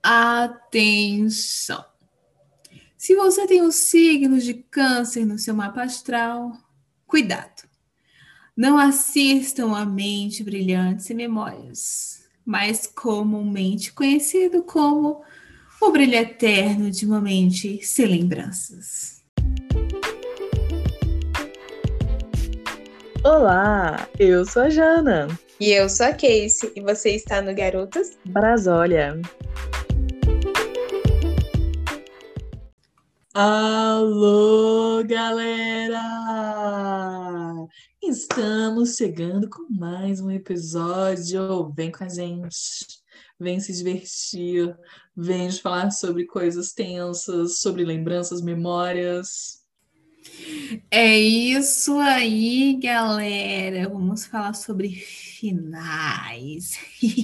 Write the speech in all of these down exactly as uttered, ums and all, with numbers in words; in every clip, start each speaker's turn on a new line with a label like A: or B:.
A: Atenção! Se você tem os signos de câncer no seu mapa astral, cuidado! Não assistam a Mente Brilhante Sem Memórias, mais comumente conhecido como o brilho eterno de uma mente sem lembranças.
B: Olá, eu sou a Jana.
C: E eu sou a Casey, e você está no Garotas
B: Brasólia. Alô, galera! Estamos chegando com mais um episódio. Vem com a gente, vem se divertir, vem falar sobre coisas tensas, sobre lembranças, memórias.
A: É isso aí, galera. Vamos falar sobre finais.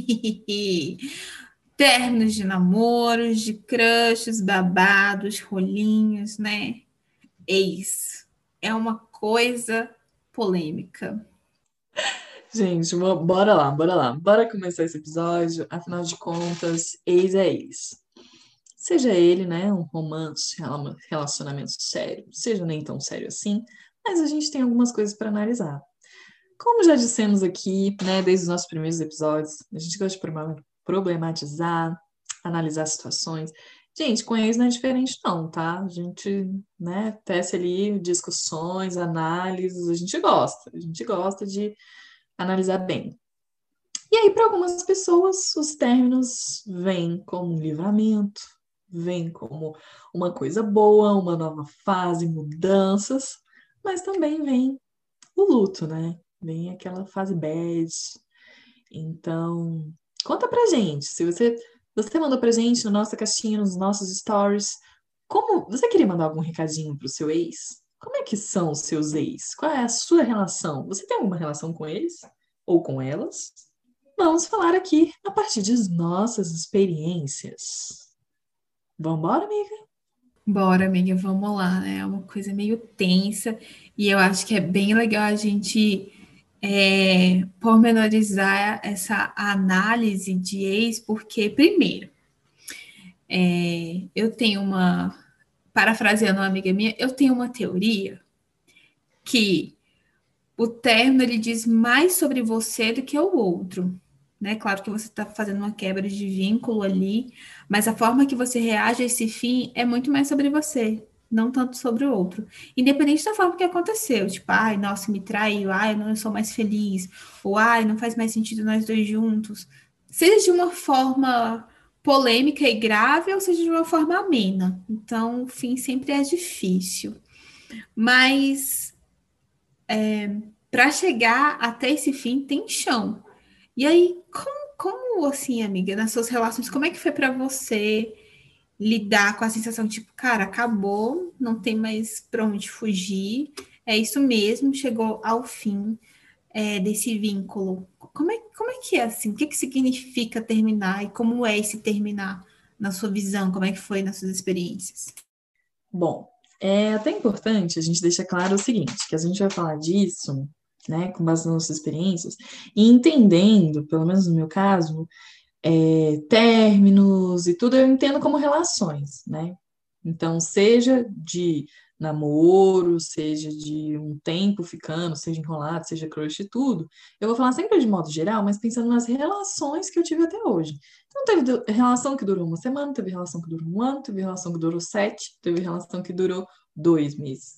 A: Términos de namoros, de crushes, babados, rolinhos, né? Ex. É uma coisa polêmica.
B: Gente, bora lá, bora lá. Bora começar esse episódio. Afinal de contas, ex é ex. Seja ele, né, um romance, relacionamento sério, seja nem tão sério assim, mas a gente tem algumas coisas para analisar. Como já dissemos aqui, né, desde os nossos primeiros episódios, a gente gosta de problematizar, analisar situações. Gente, com ex não é diferente não, tá? A gente, né, tece ali discussões, análises, a gente gosta, a gente gosta de analisar bem. E aí, para algumas pessoas, os términos vêm como um livramento, vêm como uma coisa boa, uma nova fase, mudanças, mas também vem o luto, né? Vem aquela fase bad. Então, conta pra gente, se você, você mandou pra gente na nossa caixinha, nos nossos stories, como você queria mandar algum recadinho pro seu ex? Como é que são os seus ex? Qual é a sua relação? Você tem alguma relação com eles? Ou com elas? Vamos falar aqui a partir de nossas experiências. Vambora, amiga?
A: Bora, amiga, vamos lá, né? É uma coisa meio tensa e eu acho que é bem legal a gente é, pormenorizar essa análise de ex, porque, primeiro, é, eu tenho uma, parafraseando uma amiga minha, eu tenho uma teoria que o término ele diz mais sobre você do que o outro. Né? Claro que você está fazendo uma quebra de vínculo ali, mas a forma que você reage a esse fim é muito mais sobre você, não tanto sobre o outro. Independente da forma que aconteceu, tipo, ai, nossa, me traiu, ai, eu não sou mais feliz, ou ai, não faz mais sentido nós dois juntos. Seja de uma forma polêmica e grave, ou seja de uma forma amena. Então, o fim sempre é difícil. Mas é, para chegar até esse fim tem chão. E aí, como, como assim, amiga, nas suas relações, como é que foi para você lidar com a sensação, tipo, cara, acabou, não tem mais para onde fugir, é isso mesmo, chegou ao fim é, desse vínculo. Como é, como é que é assim? O que, que significa terminar e como é esse terminar na sua visão? Como é que foi nas suas experiências?
B: Bom, é até importante a gente deixar claro o seguinte, que a gente vai falar disso, né, com base nas nossas experiências, e entendendo, pelo menos no meu caso, é, términos e tudo, eu entendo como relações, né? Então, seja de namoro, seja de um tempo ficando, seja enrolado, seja crush e tudo, eu vou falar sempre de modo geral, mas pensando nas relações que eu tive até hoje. Então, teve du- relação que durou uma semana, teve relação que durou um ano, teve relação que durou sete, teve relação que durou dois meses.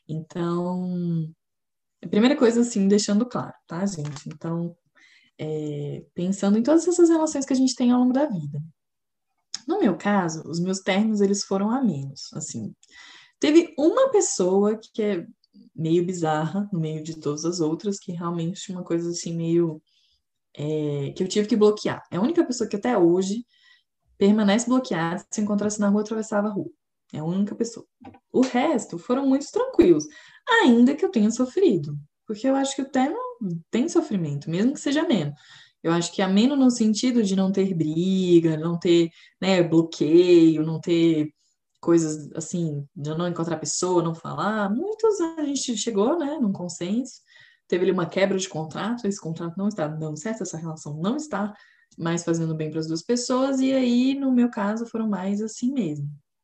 B: Então, a primeira coisa, assim, deixando claro, tá, gente? Então, é, pensando em todas essas relações que a gente tem ao longo da vida. No meu caso, os meus términos, eles foram a menos, assim. Teve uma pessoa que é meio bizarra no meio de todas as outras, que realmente tinha uma coisa assim meio é, que eu tive que bloquear. É a única pessoa que até hoje permanece bloqueada. Se encontrasse na rua, atravessava a rua. É a única pessoa. O resto foram muito tranquilos, ainda que eu tenha sofrido. Porque eu acho que o término tem sofrimento, mesmo que seja menos. Eu acho que ameno no sentido de não ter briga, não ter, né, bloqueio, não ter coisas assim, de não encontrar pessoa, não falar. Muitos a gente chegou, né, num consenso. Teve ali uma quebra de contrato, esse contrato não está dando certo, essa relação não está mais fazendo bem para as duas pessoas, e aí, no meu caso, foram mais assim mesmo.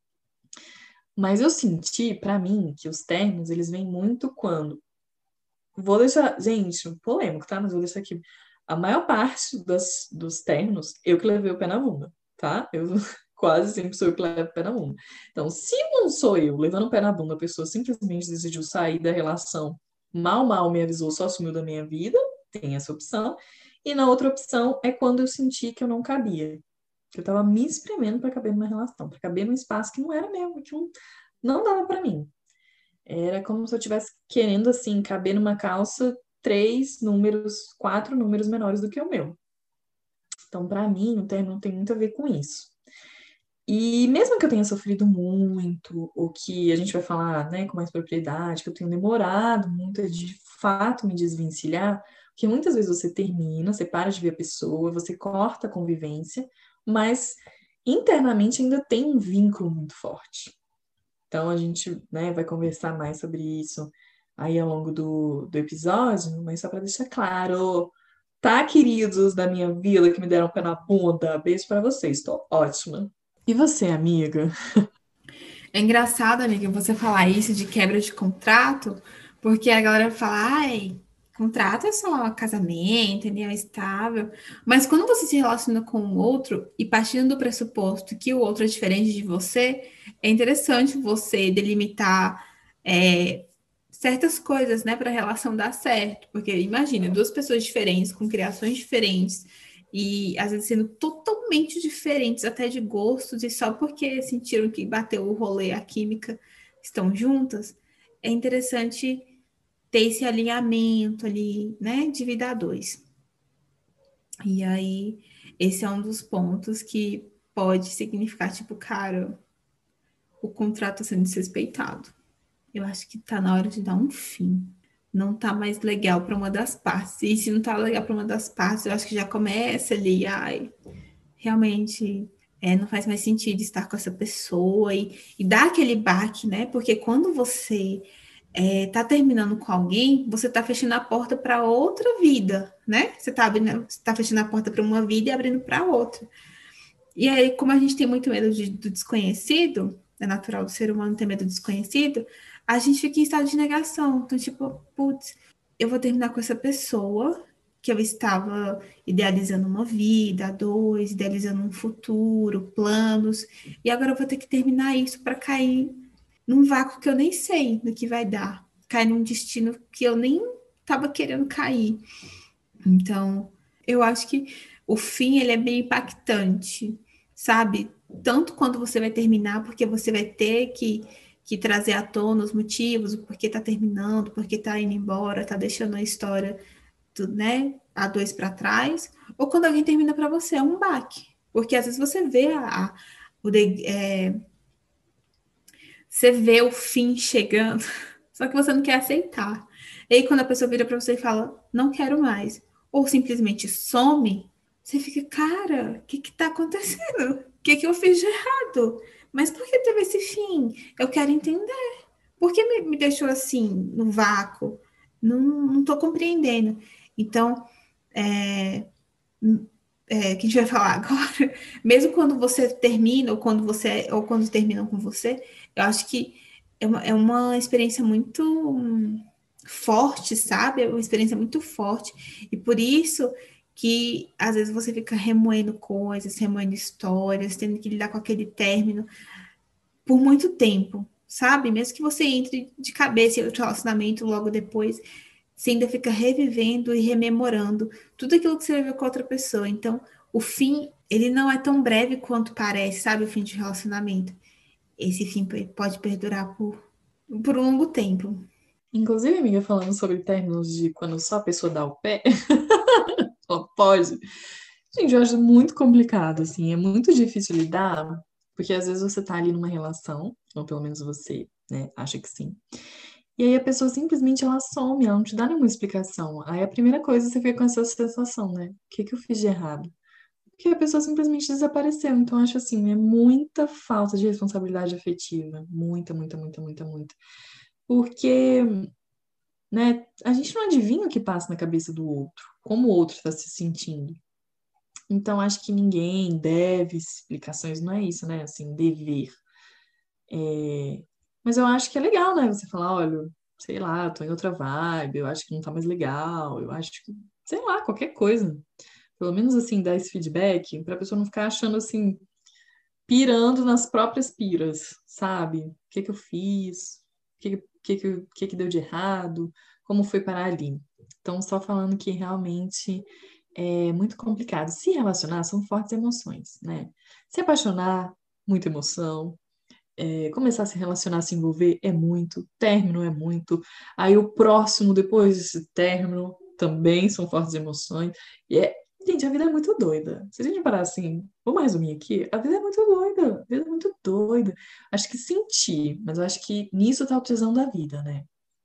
B: Mas eu senti, para mim, que os términos, eles vêm muito quando... Vou deixar... Gente, polêmico, tá? Mas vou deixar aqui. A maior parte das, dos términos, eu que levei o pé na bunda, tá? Eu quase sempre sou eu que levo o pé na bunda. Então, se não sou eu levando o pé na bunda, a pessoa simplesmente decidiu sair da relação, mal, mal me avisou, só sumiu da minha vida, tem essa opção. E na outra opção é quando eu senti que eu não cabia. Que eu tava me espremendo para caber numa relação, para caber num espaço que não era mesmo, que não, não dava para mim. Era como se eu estivesse querendo, assim, caber numa calça três números, quatro números menores do que o meu. Então, para mim, o término tem muito a ver com isso. E mesmo que eu tenha sofrido muito, ou que a gente vai falar, né, com mais propriedade, que eu tenho demorado muito a de fato me desvencilhar, porque muitas vezes você termina, você para de ver a pessoa, você corta a convivência, mas internamente ainda tem um vínculo muito forte. Então a gente, né, vai conversar mais sobre isso aí ao longo do, do episódio, mas só para deixar claro, tá, queridos da minha vida que me deram pé na bunda, beijo para vocês, tô ótima. E você, amiga?
A: É engraçado, amiga, você falar isso de quebra de contrato, porque a galera fala, ai, contrato é só casamento, união estável. Mas quando você se relaciona com o outro e partindo do pressuposto que o outro é diferente de você, é interessante você delimitar é, certas coisas, né, para a relação dar certo. Porque imagina, duas pessoas diferentes, com criações diferentes, e às vezes sendo totalmente diferentes, até de gostos, e só porque sentiram que bateu o rolê, a química, estão juntas, é interessante ter esse alinhamento ali, né, de vida a dois. E aí, esse é um dos pontos que pode significar, tipo, cara, o contrato está sendo desrespeitado. Eu acho que tá na hora de dar um fim. Não tá mais legal para uma das partes. E se não tá legal para uma das partes, eu acho que já começa ali, ai, realmente é, não faz mais sentido estar com essa pessoa e, e dar aquele baque, né? Porque quando você é, tá terminando com alguém, você tá fechando a porta para outra vida, né? Você tá, abrindo, você tá fechando a porta para uma vida e abrindo para outra. E aí, como a gente tem muito medo de, do desconhecido, é natural do ser humano ter medo do desconhecido, a gente fica em estado de negação. Então, tipo, putz, eu vou terminar com essa pessoa que eu estava idealizando uma vida, dois, idealizando um futuro, planos, e agora eu vou ter que terminar isso para cair num vácuo que eu nem sei do que vai dar, cair num destino que eu nem estava querendo cair. Então, eu acho que o fim ele é bem impactante, sabe? Tanto quando você vai terminar, porque você vai ter que, que trazer à tona os motivos, o porquê tá terminando, o porquê tá indo embora, tá deixando a história, do, né, a dois para trás, ou quando alguém termina para você, é um baque. Porque às vezes você vê a, a o de, é, você vê o fim chegando, só que você não quer aceitar. E aí, quando a pessoa vira para você e fala, não quero mais, ou simplesmente some, você fica, cara, o que que tá acontecendo? O que que eu fiz de errado? Mas por que teve esse fim? Eu quero entender. Por que me, me deixou assim, no vácuo? Não, não tô compreendendo. Então, é, é, que a gente vai falar agora, mesmo quando você termina, ou quando você, ou quando terminam com você, eu acho que é uma, é uma experiência muito hum, forte, sabe? É uma experiência muito forte. E por isso que às vezes você fica remoendo coisas, remoendo histórias, tendo que lidar com aquele término por muito tempo, sabe? Mesmo que você entre de cabeça em outro relacionamento logo depois, você ainda fica revivendo e rememorando tudo aquilo que você viveu com outra pessoa. Então, o fim, ele não é tão breve quanto parece, sabe? O fim de relacionamento. Esse fim pode perdurar por, por um longo tempo.
B: Inclusive, amiga, falando sobre términos de quando só a pessoa dá o pé, ela pode. Gente, eu acho muito complicado, assim, é muito difícil lidar, porque às vezes você tá ali numa relação, ou pelo menos você, né, acha que sim. E aí a pessoa simplesmente ela some, ela não te dá nenhuma explicação. Aí a primeira coisa você fica com essa sensação, né? O que que eu fiz de errado? Porque a pessoa simplesmente desapareceu. Então, eu acho assim, é muita falta de responsabilidade afetiva. Muita, muita, muita, muita, muita. Porque, né, a gente não adivinha o que passa na cabeça do outro, como o outro está se sentindo. Então, acho que ninguém deve explicações, não é isso, né? Assim, dever. É, Mas eu acho que é legal, né? Você falar, olha, sei lá, tô em outra vibe, eu acho que não tá mais legal, eu acho que, sei lá, qualquer coisa. Pelo menos, assim, dar esse feedback pra pessoa não ficar achando, assim, pirando nas próprias piras, sabe? O que que eu fiz? O que que, que, que, que que deu de errado? Como foi parar ali? Então, só falando que realmente é muito complicado. Se relacionar são fortes emoções, né? Se apaixonar, muita emoção. É, começar a se relacionar, se envolver é muito. Término é muito. Aí o próximo, depois desse término, também são fortes emoções. E é, gente, a vida é muito doida. Se a gente parar assim, vamos resumir aqui, a vida é muito doida. A vida é muito doida. Acho que sentir, mas eu acho que nisso tá o tesão da vida, né?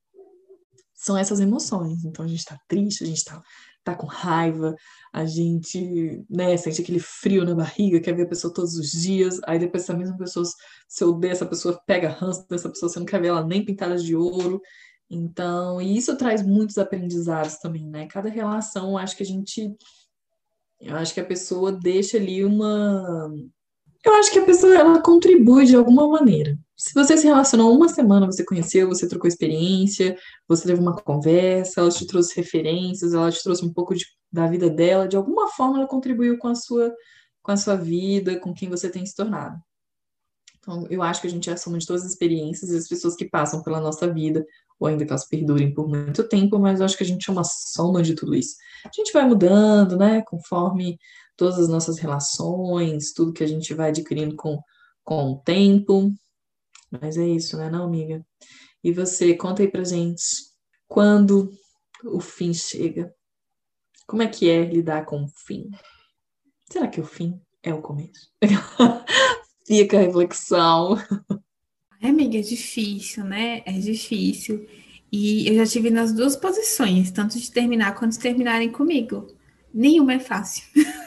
B: São essas emoções. Então a gente tá triste, a gente tá, tá com raiva, a gente, né, sente aquele frio na barriga, quer ver a pessoa todos os dias, aí depois essa mesma pessoa, se odeia essa pessoa, pega ranço dessa pessoa, você não quer ver ela nem pintada de ouro. Então, e isso traz muitos aprendizados também, né? Cada relação, eu acho que a gente, eu acho que a pessoa deixa ali uma eu acho que a pessoa ela contribui de alguma maneira. Se você se relacionou uma semana, você conheceu, você trocou experiência, você teve uma conversa, ela te trouxe referências, ela te trouxe um pouco de- da vida dela, de alguma forma ela contribuiu com a sua, com a sua vida, com quem você tem se tornado. Então, eu acho que a gente é a soma de todas as experiências e as pessoas que passam pela nossa vida, ou ainda que elas perdurem por muito tempo, mas eu acho que a gente é uma soma de tudo isso. A gente vai mudando, né, conforme todas as nossas relações, tudo que a gente vai adquirindo com, com o tempo. Mas é isso, né, não, amiga? E você, conta aí pra gente, quando o fim chega? Como é que é lidar com o fim? Será que o fim é o começo? Fica a reflexão.
A: Ai, amiga, é difícil, né? É difícil. E eu já tive nas duas posições, tanto de terminar quanto de terminarem comigo. Nenhuma é fácil.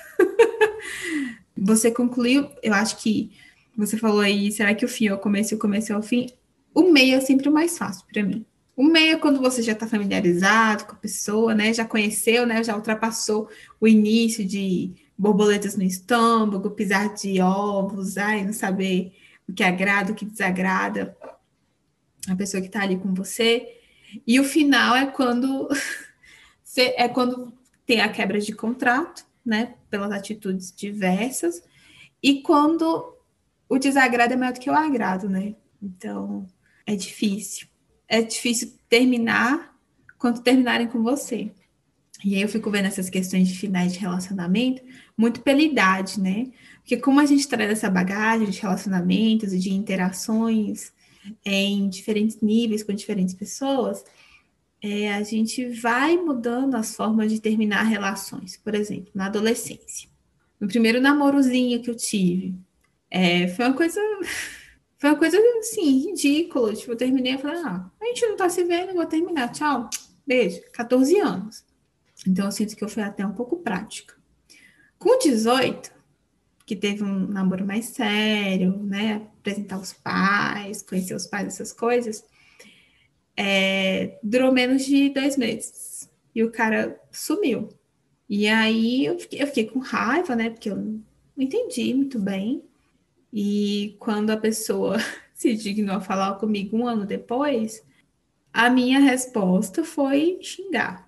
A: Você concluiu, eu acho que você falou aí, será que o fim é o começo e o começo é o fim? O meio é sempre o mais fácil para mim. O meio é quando você já está familiarizado com a pessoa, né? Já conheceu, né? Já ultrapassou o início de borboletas no estômago, pisar de ovos, ai, não saber o que agrada, o que desagrada a pessoa que está ali com você. E o final é quando é quando tem a quebra de contrato, né? Pelas atitudes diversas, e quando o desagrado é maior do que o agrado, né? Então, é difícil. É difícil terminar quando terminarem com você. E aí eu fico vendo essas questões de finais de relacionamento muito pela idade, né? Porque como a gente traz essa bagagem de relacionamentos e de interações em diferentes níveis com diferentes pessoas, é, a gente vai mudando as formas de terminar relações. Por exemplo, na adolescência. No primeiro namorozinho que eu tive, é, foi uma coisa, foi uma coisa assim, ridícula. Tipo, eu terminei e falei, ah, a gente não tá se vendo, eu vou terminar, tchau, beijo. catorze anos. Então eu sinto que eu fui até um pouco prática. Com dezoito, que teve um namoro mais sério, né? Apresentar os pais, conhecer os pais, essas coisas, é, durou menos de dois meses. E o cara sumiu. E aí eu fiquei, eu fiquei com raiva, né? Porque eu não entendi muito bem. E quando a pessoa se dignou a falar comigo um ano depois, a minha resposta foi xingar.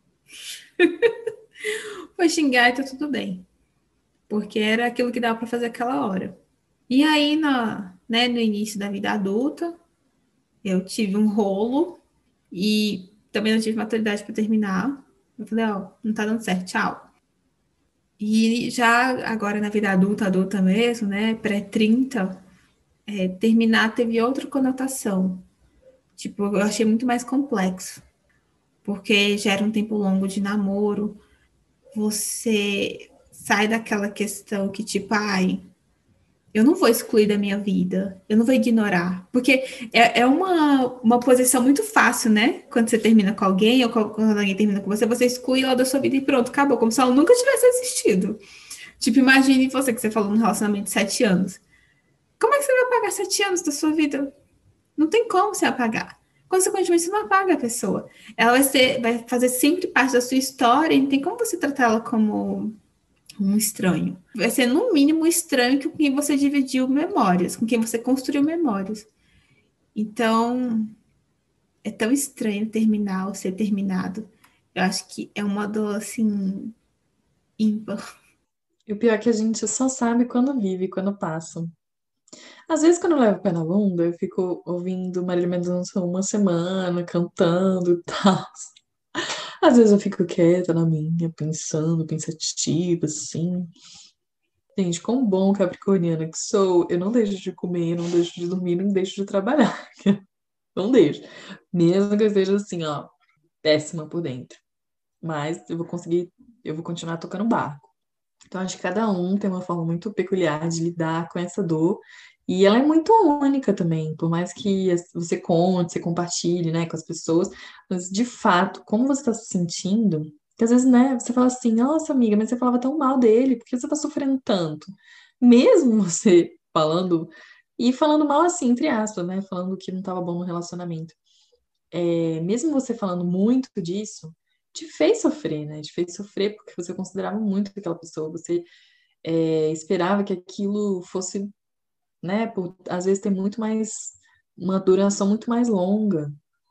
A: Foi xingar e tá tudo bem. Porque era aquilo que dava para fazer aquela hora. E aí, na, né, no início da vida adulta, eu tive um rolo e também não tive maturidade para terminar. Eu falei, ó, não tá dando certo, tchau. E já agora na vida adulta, adulta mesmo, né, pré trinta, é, terminar teve outra conotação. Tipo, eu achei muito mais complexo, porque já era um tempo longo de namoro, você sai daquela questão que, tipo, ai, eu não vou excluir da minha vida, eu não vou ignorar, porque é, é uma, uma posição muito fácil, né? Quando você termina com alguém, ou quando alguém termina com você, você exclui ela da sua vida e pronto, acabou, como se ela nunca tivesse existido. Tipo, imagine você que você falou num relacionamento de sete anos. Como é que você vai apagar sete anos da sua vida? Não tem como você apagar. Consequentemente, você não apaga a pessoa. Ela vai, ser, vai fazer sempre parte da sua história e não tem como você tratar ela como um estranho. Vai ser, no mínimo, estranho com quem você dividiu memórias, com quem você construiu memórias. Então, é tão estranho terminar ou ser terminado. Eu acho que é uma dor, assim, ímpar.
B: E o pior é que a gente só sabe quando vive, quando passa. Às vezes, quando eu levo o pé na bunda, eu fico ouvindo Marília Mendonça uma semana, cantando e tal. Às vezes eu fico quieta na minha, pensando, pensativa, assim. Gente, quão bom capricorniana que sou, eu não deixo de comer, não deixo de dormir, nem deixo de trabalhar. Não deixo. Mesmo que eu esteja assim, ó, péssima por dentro. Mas eu vou conseguir, eu vou continuar tocando barco. Então, acho que cada um tem uma forma muito peculiar de lidar com essa dor. E ela é muito única também, por mais que você conte, você compartilhe, né, com as pessoas, mas de fato, como você está se sentindo, que às vezes, né, você fala assim, nossa, amiga, mas você falava tão mal dele, por que você está sofrendo tanto? Mesmo você falando, e falando mal assim, entre aspas, né, falando que não estava bom no relacionamento. É, mesmo você falando muito disso, te fez sofrer, né? Te fez sofrer porque você considerava muito aquela pessoa, você é, esperava que aquilo fosse, né, por, às vezes ter muito mais, uma duração muito mais longa.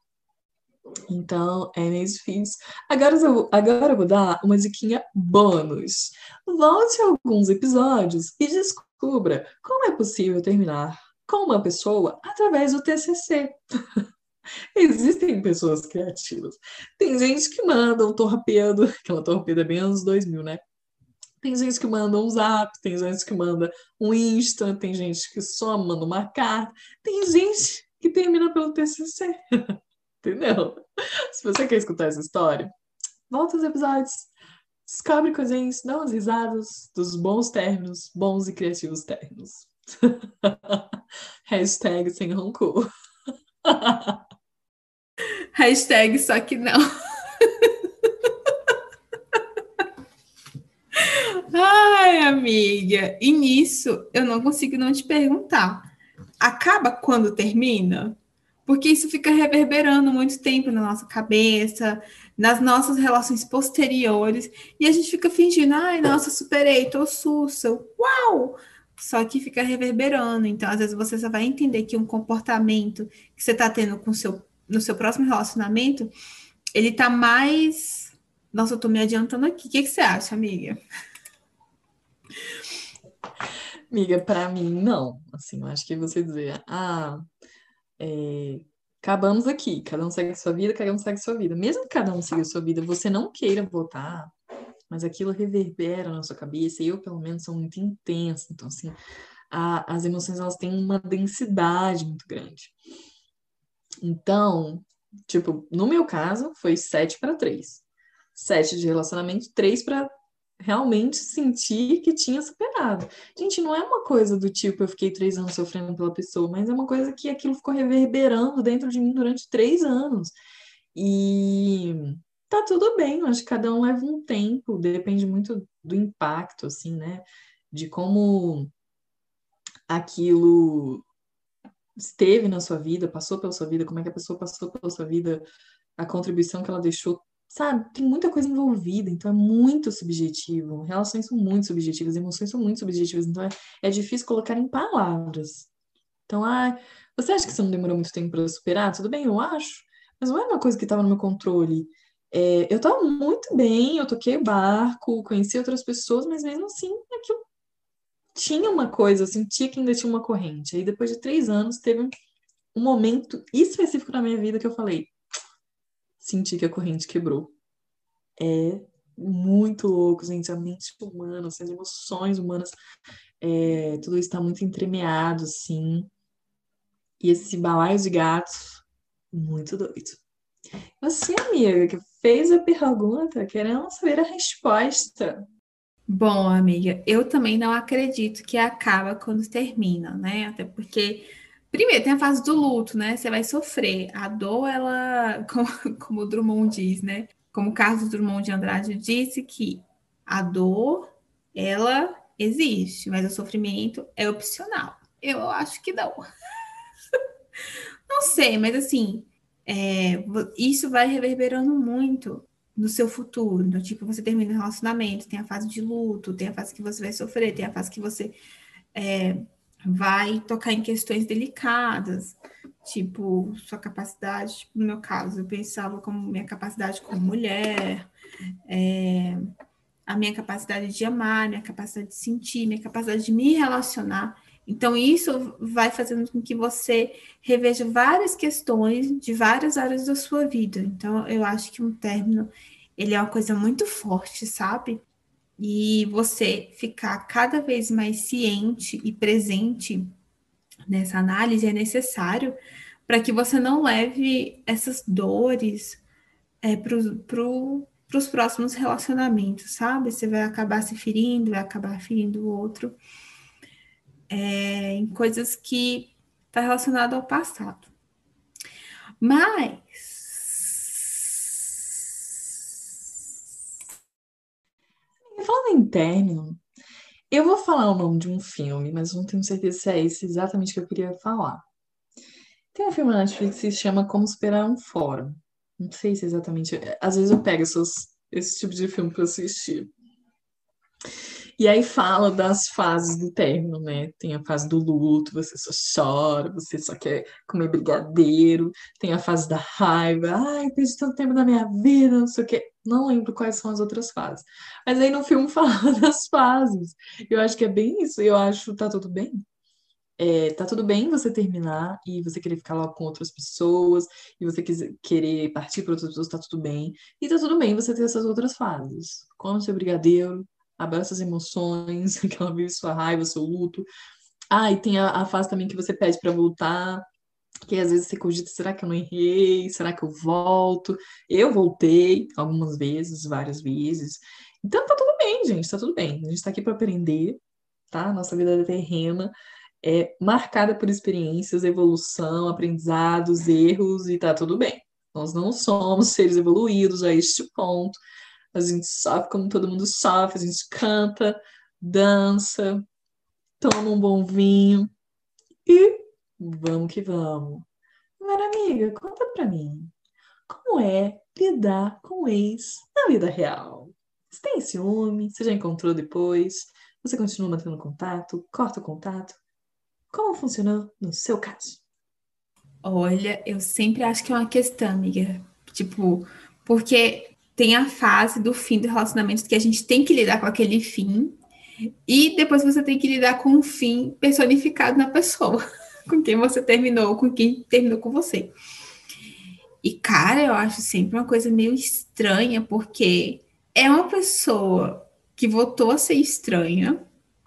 B: Então, é meio difícil. Agora eu, agora eu vou dar uma diquinha bônus. Volte a alguns episódios e descubra como é possível terminar com uma pessoa através do T C C. Existem pessoas criativas. Tem gente que manda um torpedo, aquela torpeda é bem anos dois mil, né? Tem gente que manda um zap, tem gente que manda um Insta, tem gente que só manda uma carta, tem gente que termina pelo T C C, entendeu? Se você quer escutar essa história, volta aos episódios, descobre com a gente, dá umas risadas dos bons términos, bons e criativos términos. Hashtag sem rancor.
A: Hashtag só que não. Ai, amiga. E nisso, eu não consigo não te perguntar. Acaba quando termina? Porque isso fica reverberando muito tempo na nossa cabeça, nas nossas relações posteriores, e a gente fica fingindo, ai, nossa, superei, tô sussa, uau! Só que fica reverberando. Então, às vezes, você só vai entender que um comportamento que você tá tendo com seu, no seu próximo relacionamento, ele tá mais. Nossa, eu tô me adiantando aqui. O que, que você acha, amiga?
B: Amiga, pra mim, não. Assim, eu acho que você dizer, ah, é, acabamos aqui, cada um segue a sua vida, cada um segue a sua vida. Mesmo que cada um siga a sua vida, você não queira votar, mas aquilo reverbera na sua cabeça, e eu, pelo menos, sou muito intensa. Então, assim, a- as emoções, elas têm uma densidade muito grande. Então, tipo, no meu caso, foi sete para três. Sete de relacionamento, três para realmente sentir que tinha superado. Gente, não é uma coisa do tipo, eu fiquei três anos sofrendo pela pessoa, mas é uma coisa que aquilo ficou reverberando dentro de mim durante três anos. E tá tudo bem, eu acho que cada um leva um tempo, depende muito do impacto, assim, né? De como aquilo esteve na sua vida, passou pela sua vida, como é que a pessoa passou pela sua vida, a contribuição que ela deixou, sabe? Tem muita coisa envolvida, então é muito subjetivo. Relações são muito subjetivas, emoções são muito subjetivas, então é, é difícil colocar em palavras. Então, ah, você acha que você não demorou muito tempo para superar? Tudo bem, eu acho, mas não é uma coisa que estava no meu controle. É, eu estava muito bem, eu toquei o barco, conheci outras pessoas, mas mesmo assim, aquilo tinha uma coisa, eu sentia que ainda tinha uma corrente. Aí, depois de três anos, teve um um momento específico na minha vida que eu falei, senti que a corrente quebrou. É muito louco, gente, a mente humana, assim, as emoções humanas, é, tudo isso está muito entremeado, assim, e esse balaio de gatos, muito doido. Você, amiga, que fez a pergunta, querendo saber a resposta.
A: Bom, amiga, eu também não acredito que acaba quando termina, né? Até porque, primeiro, tem a fase do luto, né? Você vai sofrer. A dor, ela, como, como o Drummond diz, né? Como Carlos Drummond de Andrade disse, que a dor, ela existe, mas o sofrimento é opcional. Eu acho que não. Não sei, mas assim, é, isso vai reverberando muito no seu futuro. Então, tipo, você termina um relacionamento, tem a fase de luto, tem a fase que você vai sofrer, tem a fase que você é, vai tocar em questões delicadas, tipo, sua capacidade, tipo, no meu caso, eu pensava como minha capacidade como mulher, é, a minha capacidade de amar, minha capacidade de sentir, minha capacidade de me relacionar. Então, isso vai fazendo com que você reveja várias questões de várias áreas da sua vida. Então, eu acho que um término, ele é uma coisa muito forte, sabe? E você ficar cada vez mais ciente e presente nessa análise é necessário para que você não leve essas dores é, para os próximos relacionamentos, sabe? Você vai acabar se ferindo, vai acabar ferindo o outro é, em coisas que tá relacionado ao passado. Mas
B: falando em término, eu vou falar o nome de um filme, mas não tenho certeza se é esse exatamente que eu queria falar. Tem um filme na Netflix que se chama Como Superar um Fórum. Não sei se é exatamente. Às vezes eu pego esses, esse tipo de filme para assistir. E aí fala das fases do término, né? Tem a fase do luto, você só chora, você só quer comer brigadeiro. Tem a fase da raiva, ai, perdi tanto tempo da minha vida, não sei o quê. Não lembro quais são as outras fases. Mas aí no filme fala das fases. Eu acho que é bem isso. Eu acho, tá tudo bem. É, tá tudo bem você terminar e você querer ficar lá com outras pessoas e você quiser, querer partir para outras pessoas, tá tudo bem. E tá tudo bem você ter essas outras fases. Come seu brigadeiro, abraça as emoções, que ela vive sua raiva, seu luto. Ah, e tem a, a fase também que você pede para voltar, que às vezes você cogita, será que eu não errei? Será que eu volto? Eu voltei algumas vezes, várias vezes. Então tá tudo bem, gente, tá tudo bem. A gente tá aqui para aprender, tá? Nossa vida é terrena é marcada por experiências, evolução, aprendizados, erros e tá tudo bem. Nós não somos seres evoluídos a este ponto. A gente sofre como todo mundo sofre, a gente canta, dança, toma um bom vinho e vamos que vamos. Agora, amiga, conta pra mim, como é lidar com o ex na vida real? Você tem ciúme? Você já encontrou depois? Você continua mantendo contato? Corta o contato? Como funcionou no seu caso?
A: olha, eu sempre acho que é uma questão, amiga. Tipo, porque tem a fase do fim do relacionamento que a gente tem que lidar com aquele fim, e depois você tem que lidar com o fim personificado na pessoa, com quem você terminou, com quem terminou com você. E, cara, eu acho sempre uma coisa meio estranha, porque é uma pessoa que voltou a ser estranha,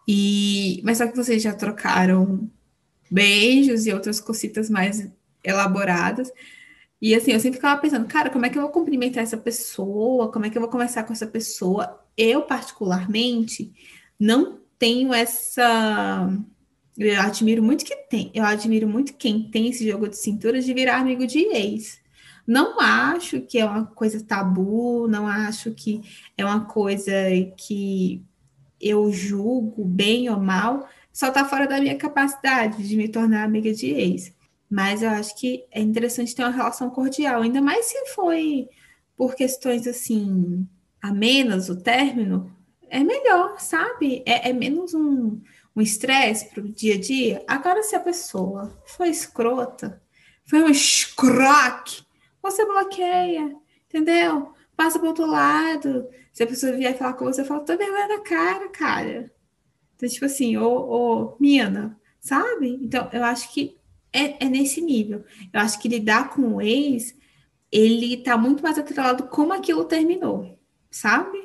A: e mas só que vocês já trocaram beijos e outras cositas mais elaboradas. E assim, eu sempre ficava pensando, cara, como é que eu vou cumprimentar essa pessoa? Como é que eu vou conversar com essa pessoa? Eu, particularmente, não tenho essa. Eu admiro muito que tem. Eu admiro muito quem tem esse jogo de cintura de virar amigo de ex. Não acho que é uma coisa tabu, não acho que é uma coisa que eu julgo bem ou mal, só tá fora da minha capacidade de me tornar amiga de ex. Mas eu acho que é interessante ter uma relação cordial, ainda mais se foi por questões assim, a menos o término, é melhor, sabe? É, é menos um um estresse para o dia a dia. Agora, se a pessoa foi escrota, foi um escroque, você bloqueia, entendeu? Passa para outro lado. Se a pessoa vier falar com você, fala, tô vergonha na cara, cara. Então, tipo assim, ô, ô, mina, sabe? Então, eu acho que é, é nesse nível. Eu acho que lidar com o ex, ele tá muito mais atrelado como aquilo terminou, sabe?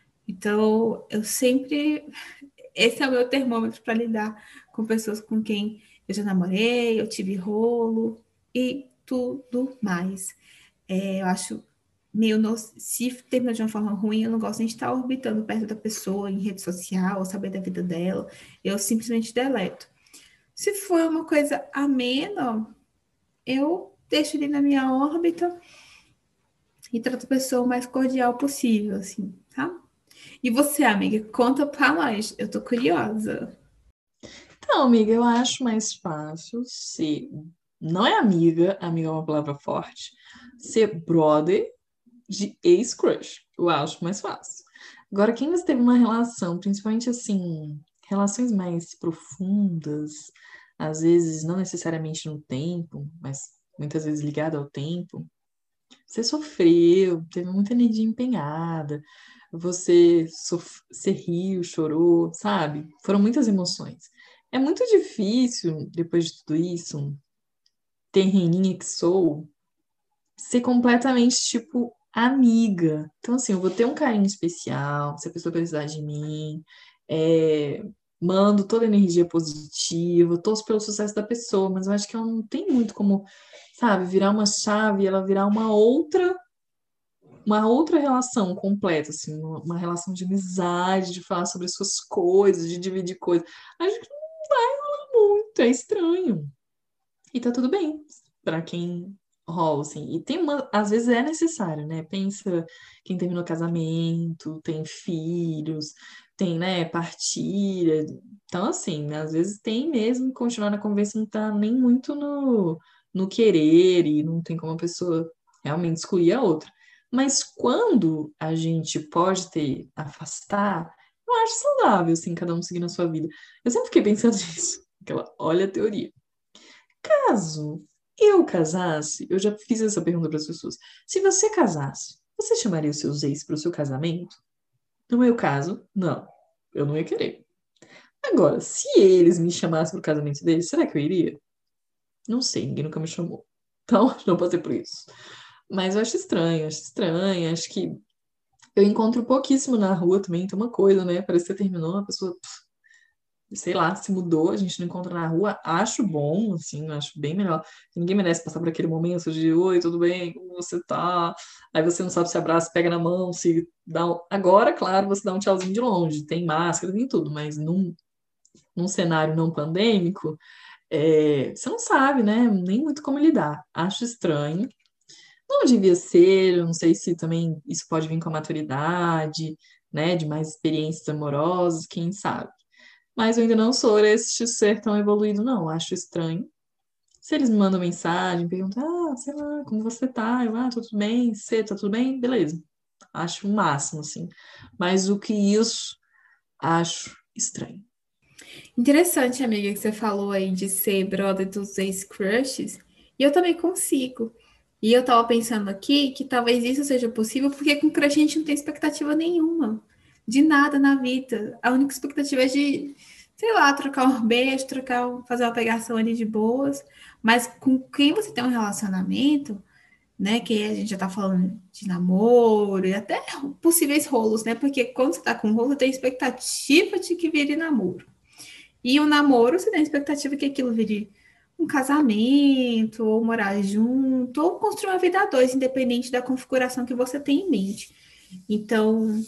A: Então, eu sempre. Esse é o meu termômetro para lidar com pessoas com quem eu já namorei, eu tive rolo e tudo mais. É, eu acho meio. No... Se terminou de uma forma ruim, eu não gosto nem de estar orbitando perto da pessoa em rede social, ou saber da vida dela. Eu simplesmente deleto. Se for uma coisa amena, eu deixo ele na minha órbita e trato a pessoa o mais cordial possível, assim, tá? E você, amiga, conta pra nós. Eu tô curiosa.
B: Então, amiga, eu acho mais fácil ser. Não é amiga, amiga é uma palavra forte. Ser brother de ex-crush. Eu acho mais fácil. Agora, quem você teve uma relação, principalmente assim, relações mais profundas, às vezes não necessariamente no tempo, mas muitas vezes ligada ao tempo, você sofreu, teve muita energia empenhada, você, sof... você riu, chorou, sabe? Foram muitas emoções. É muito difícil, depois de tudo isso, terreninha que sou, ser completamente, tipo, amiga. Então, assim, eu vou ter um carinho especial, se a pessoa precisar de mim, é, mando toda a energia positiva, torço pelo sucesso da pessoa, mas eu acho que ela não tem muito como, sabe, virar uma chave e ela virar uma outra, uma outra relação completa, assim, uma, uma relação de amizade, de falar sobre suas coisas, de dividir coisas. Acho que não vai rolar muito, é estranho. E tá tudo bem pra quem rola, assim. E tem uma, às vezes é necessário, né? Pensa quem terminou casamento, tem filhos, tem, né, partilha. Então, assim, né, às vezes tem mesmo que continuar na conversa, não tá nem muito no, no querer e não tem como a pessoa realmente excluir a outra. Mas quando a gente pode ter, afastar, eu acho saudável, assim, cada um seguir na sua vida. Eu sempre fiquei pensando nisso. Aquela, olha a teoria. Caso eu casasse, eu já fiz essa pergunta para as pessoas. Se você casasse, você chamaria os seus ex para o seu casamento? No meu caso, não. Eu não ia querer. Agora, se eles me chamassem para o casamento deles, será que eu iria? Não sei, ninguém nunca me chamou. Então, não passei por isso. Mas eu acho estranho, acho estranho. Acho que eu encontro pouquíssimo na rua também. Tem uma coisa, né? Parece que você terminou, a pessoa sei lá, se mudou, a gente não encontra na rua, acho bom, assim, acho bem melhor. Ninguém merece passar por aquele momento de, oi, tudo bem, como você tá? Aí você não sabe se abraça, pega na mão, se dá um... Agora, claro, você dá um tchauzinho de longe, tem máscara, tem tudo, mas num, num cenário não pandêmico, é, você não sabe, né, nem muito como lidar. Acho estranho. Não devia ser, eu não sei se também isso pode vir com a maturidade, né, de mais experiências amorosas, quem sabe. Mas eu ainda não sou este ser tão evoluído, não. Acho estranho. Se eles me mandam mensagem, perguntam, ah, sei lá, como você tá? Eu, ah, tá tudo bem? Você, tá tudo bem? Beleza. Acho o máximo, assim. Mas o que isso, acho estranho.
A: Interessante, amiga, que você falou aí de ser brother dos ex-crushes. E eu também consigo. E eu tava pensando aqui que talvez isso seja possível porque com crush a gente não tem expectativa nenhuma. De nada na vida. A única expectativa é de, sei lá, trocar um beijo, trocar, um- fazer uma pegação ali de boas. Mas com quem você tem um relacionamento, né? Que a gente já tá falando de namoro e até possíveis rolos, né? Porque quando você tá com rolo, tem expectativa de que vire namoro. E o namoro, você tem a expectativa que aquilo vire um casamento, ou morar junto, ou construir uma vida a dois, independente da configuração que você tem em mente. Então,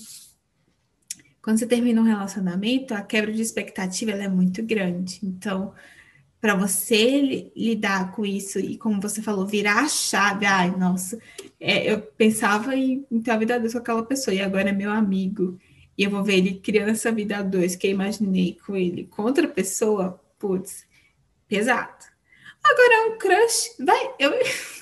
A: quando você termina um relacionamento, a quebra de expectativa ela é muito grande. Então, para você li- lidar com isso e, como você falou, virar a chave, ai, nossa, é, eu pensava em, em ter a vida a dois com aquela pessoa, e agora é meu amigo, e eu vou ver ele criando essa vida a dois que eu imaginei com ele, com outra pessoa, putz, pesado. Agora é um crush, vai, eu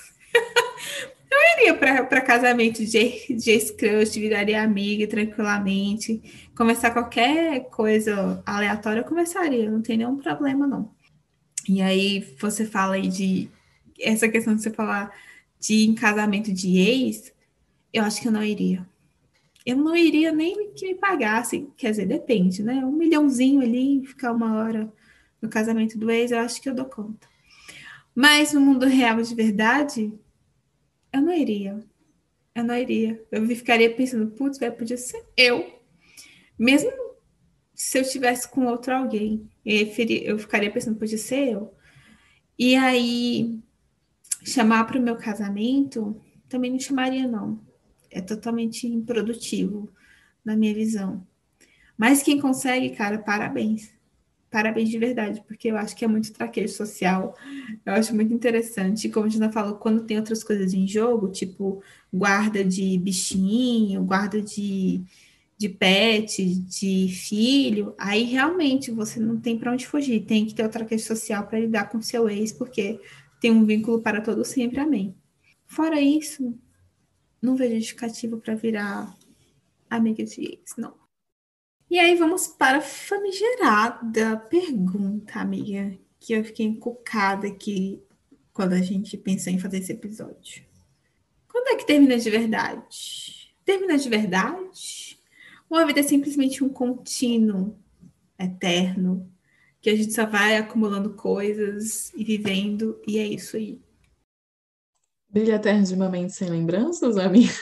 A: iria para casamento de, de ex-crush, viraria amiga tranquilamente, conversar qualquer coisa aleatória, eu conversaria, não tem nenhum problema, não. E aí você fala aí de essa questão de você falar de em casamento de ex, eu acho que eu não iria. Eu não iria nem que me pagassem, quer dizer, depende, né? Um milhãozinho ali, ficar uma hora no casamento do ex, eu acho que eu dou conta. Mas no mundo real de verdade, eu não iria. Eu não iria. Eu ficaria pensando, putz, velho, podia ser eu. Mesmo se eu estivesse com outro alguém, eu, eu ficaria pensando, podia ser eu. E aí, chamar para o meu casamento, também não chamaria, não. É totalmente improdutivo, na minha visão. Mas quem consegue, cara, parabéns. Parabéns de verdade, porque eu acho que é muito traquejo social. Eu acho muito interessante. E como a gente já falou, quando tem outras coisas em jogo, tipo guarda de bichinho, guarda de, de pet, de filho, aí realmente você não tem para onde fugir. Tem que ter o traquejo social para lidar com seu ex, porque tem um vínculo para todo sempre. Amém. Fora isso, não vejo justificativa para virar amiga de ex, não. E aí vamos para a famigerada pergunta, amiga, que eu fiquei encucada aqui quando a gente pensou em fazer esse episódio. Quando é que termina de verdade? Termina de verdade? Ou a vida é simplesmente um contínuo eterno, que a gente só vai acumulando coisas e vivendo, e é isso aí?
B: Brilha eterno de uma mente sem lembranças, amiga?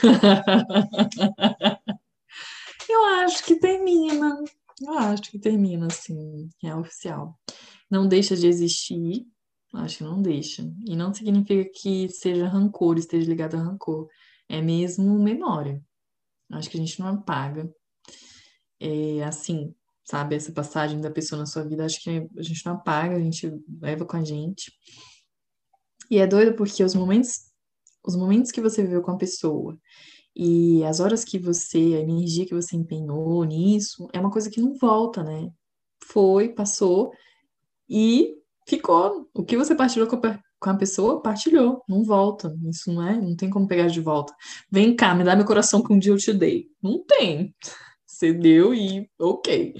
B: Eu acho que termina. Eu acho que termina, assim, é oficial. Não deixa de existir, acho que não deixa. E não significa que seja rancor, esteja ligado a rancor. É mesmo memória. Acho que a gente não apaga. É assim, sabe, essa passagem da pessoa na sua vida, acho que a gente não apaga, a gente leva com a gente. E é doido porque os momentos, os momentos que você viveu com a pessoa e as horas que você, a energia que você empenhou nisso, é uma coisa que não volta, né? Foi, passou e ficou. O que você partilhou com a, pe- com a pessoa, partilhou, não volta. Isso não é, não tem como pegar de volta. Vem cá, me dá meu coração que um dia eu te dei. Não tem. Você deu e ok.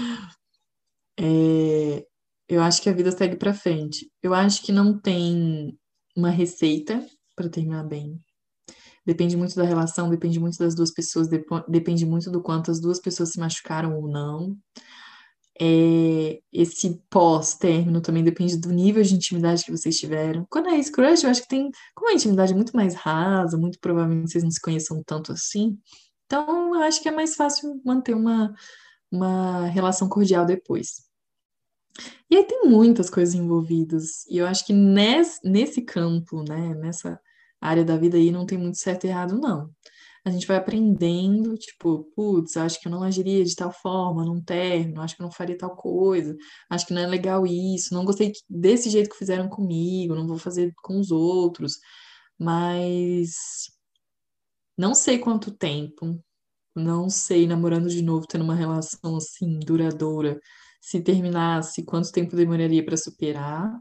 B: É, eu acho que a vida segue pra frente. Eu acho que não tem uma receita para terminar bem. Depende muito da relação, depende muito das duas pessoas, depo- depende muito do quanto as duas pessoas se machucaram ou não. É, esse pós-término também depende do nível de intimidade que vocês tiveram. Quando é esse crush, eu acho que tem, como a intimidade é muito mais rasa, muito provavelmente vocês não se conheçam tanto assim. Então, eu acho que é mais fácil manter uma, uma relação cordial depois. E aí tem muitas coisas envolvidas. E eu acho que nesse, nesse campo, né, nessa área da vida aí, não tem muito certo e errado, não. A gente vai aprendendo, tipo, putz, acho que eu não agiria de tal forma num término, acho que eu não faria tal coisa, acho que não é legal isso, não gostei desse jeito que fizeram comigo, não vou fazer com os outros. Mas não sei quanto tempo, não sei, namorando de novo, tendo uma relação assim, duradoura, se terminasse, quanto tempo demoraria para superar,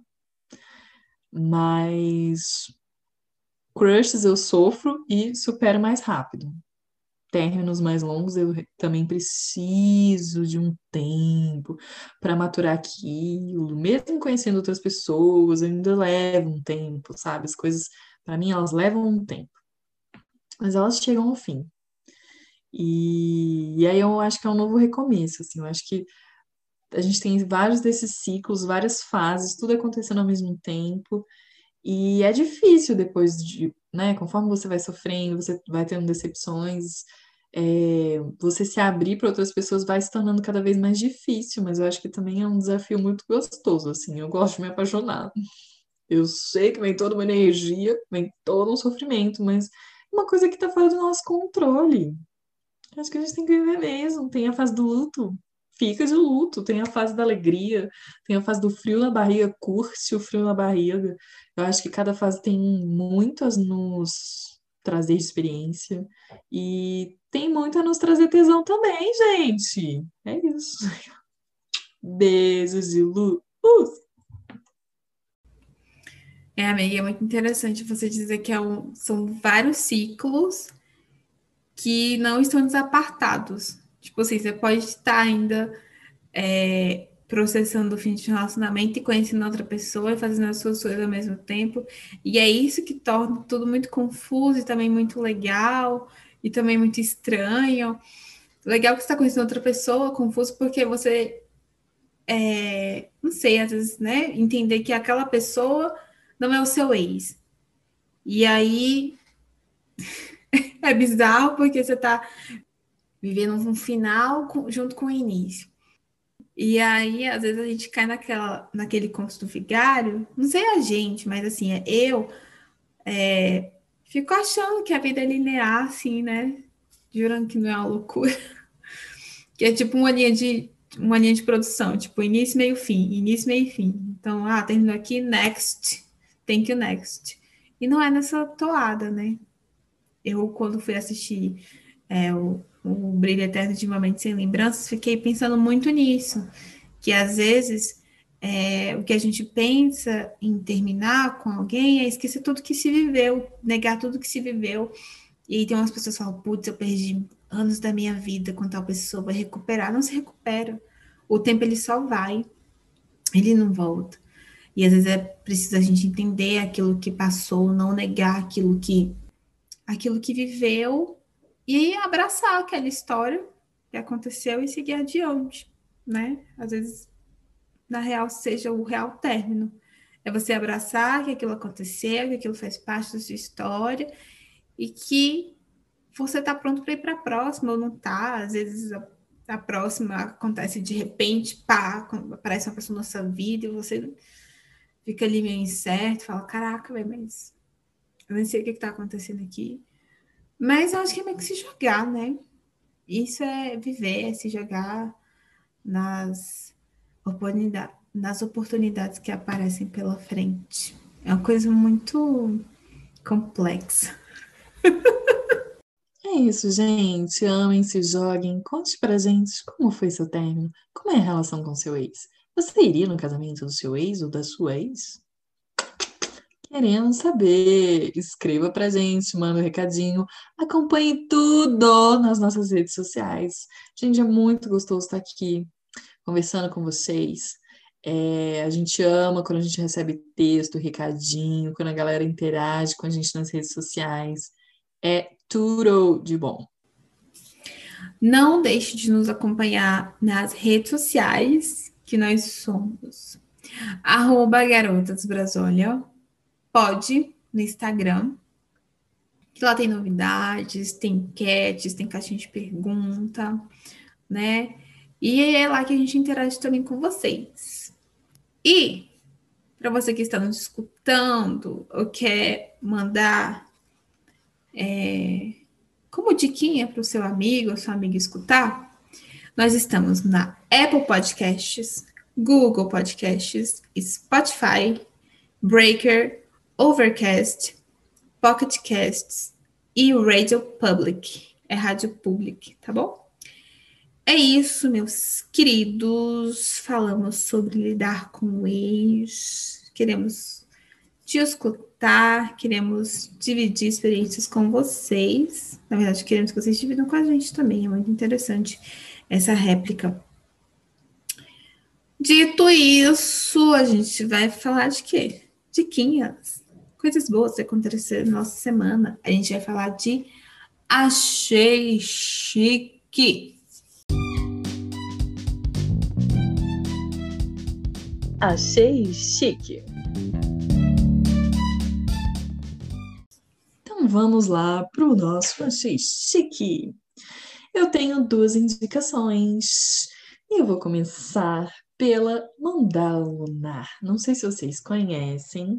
B: mas crushes eu sofro e supero mais rápido. Términos mais longos eu também preciso de um tempo para maturar aquilo, mesmo conhecendo outras pessoas, eu ainda levo um tempo, sabe? As coisas, para mim, elas levam um tempo, mas elas chegam ao fim. E, e aí eu acho que é um novo recomeço, assim, eu acho que a gente tem vários desses ciclos, várias fases, tudo acontecendo ao mesmo tempo. E é difícil depois de, né? Conforme você vai sofrendo, você vai tendo decepções, é, você se abrir para outras pessoas vai se tornando cada vez mais difícil, mas eu acho que também é um desafio muito gostoso, assim. Eu gosto de me apaixonar. Eu sei que vem toda uma energia, vem todo um sofrimento, mas é uma coisa que tá fora do nosso controle. Acho que a gente tem que viver mesmo. Tem a fase do luto, fica de luto. Tem a fase da alegria, tem a fase do frio na barriga, curte o frio na barriga. Eu acho que cada fase tem muito a nos trazer de experiência e tem muito a nos trazer tesão também, gente. É isso. Beijos de luz.
A: É, amiga, é muito interessante você dizer que é um, são vários ciclos que não estão desapartados. Tipo assim, você pode estar ainda é, processando o fim de relacionamento e conhecendo outra pessoa e fazendo as suas coisas ao mesmo tempo. E é isso que torna tudo muito confuso e também muito legal e também muito estranho. Legal que você está conhecendo outra pessoa, confuso porque você, é, não sei, às vezes, né, entender que aquela pessoa não é o seu ex. E aí é bizarro porque você está vivendo um final com, junto com o início. E aí, às vezes, a gente cai naquela, naquele conto do vigário. Não sei a gente, mas assim, é eu é, fico achando que a vida é linear, assim, né? Jurando que não é uma loucura. Que é tipo uma linha de, uma linha de produção, tipo início, meio, fim, início, meio, fim. Então, ah, terminou aqui, next, thank you, next. E não é nessa toada, né? Eu, quando fui assistir é, o, o Brilho Eterno de Uma Mente Sem Lembranças, fiquei pensando muito nisso, que às vezes é, o que a gente pensa em terminar com alguém é esquecer tudo que se viveu, negar tudo que se viveu. E aí tem umas pessoas que falam, putz, eu perdi anos da minha vida com tal pessoa, vai recuperar. Não se recupera. O tempo, ele só vai, ele não volta. E às vezes é preciso a gente entender aquilo que passou, não negar aquilo que, aquilo que viveu e abraçar aquela história que aconteceu e seguir adiante, né? Às vezes, na real, seja o real término. É você abraçar que aquilo aconteceu, que aquilo faz parte da sua história e que você está pronto para ir para a próxima ou não está. Às vezes a, a próxima acontece de repente, pá, aparece uma pessoa na sua vida e você fica ali meio incerto, fala, caraca, véio, mas eu nem sei o que está acontecendo aqui. Mas eu acho que é meio que se jogar, né? Isso é viver, é se jogar nas oportunidades, nas oportunidades que aparecem pela frente. É uma coisa muito complexa.
B: É isso, gente. Amem, se joguem. Conte pra gente como foi seu término. Como é a relação com seu ex? Você iria no casamento do seu ex ou da sua ex? Queremos saber. Escreva pra gente, manda um recadinho. Acompanhe tudo nas nossas redes sociais. Gente, é muito gostoso estar aqui conversando com vocês. É, a gente ama quando a gente recebe texto, recadinho, quando a galera interage com a gente nas redes sociais. É tudo de bom.
A: Não deixe de nos acompanhar nas redes sociais, que nós somos arroba Garotas Brasólia, pode no Instagram, que lá tem novidades, tem enquetes, tem caixinha de pergunta, né? E é lá que a gente interage também com vocês. E para você que está nos escutando ou quer mandar é, como diquinha para o seu amigo ou sua amiga escutar, nós estamos na Apple Podcasts, Google Podcasts, Spotify, Breaker, Overcast, Pocket Casts e o Radio Public. É Rádio Public, tá bom? É isso, meus queridos. Falamos sobre lidar com o ex. Queremos te escutar, queremos dividir experiências com vocês. Na verdade, queremos que vocês dividam com a gente também. É muito interessante essa réplica. Dito isso, a gente vai falar de quê? Diquinhas. Coisas boas que aconteceram na nossa semana. A gente vai falar de Achei Chique.
B: Achei chique. Então vamos lá para o nosso Achei Chique. Eu tenho duas indicações e eu vou começar pela Mandala Lunar. Não sei se vocês conhecem,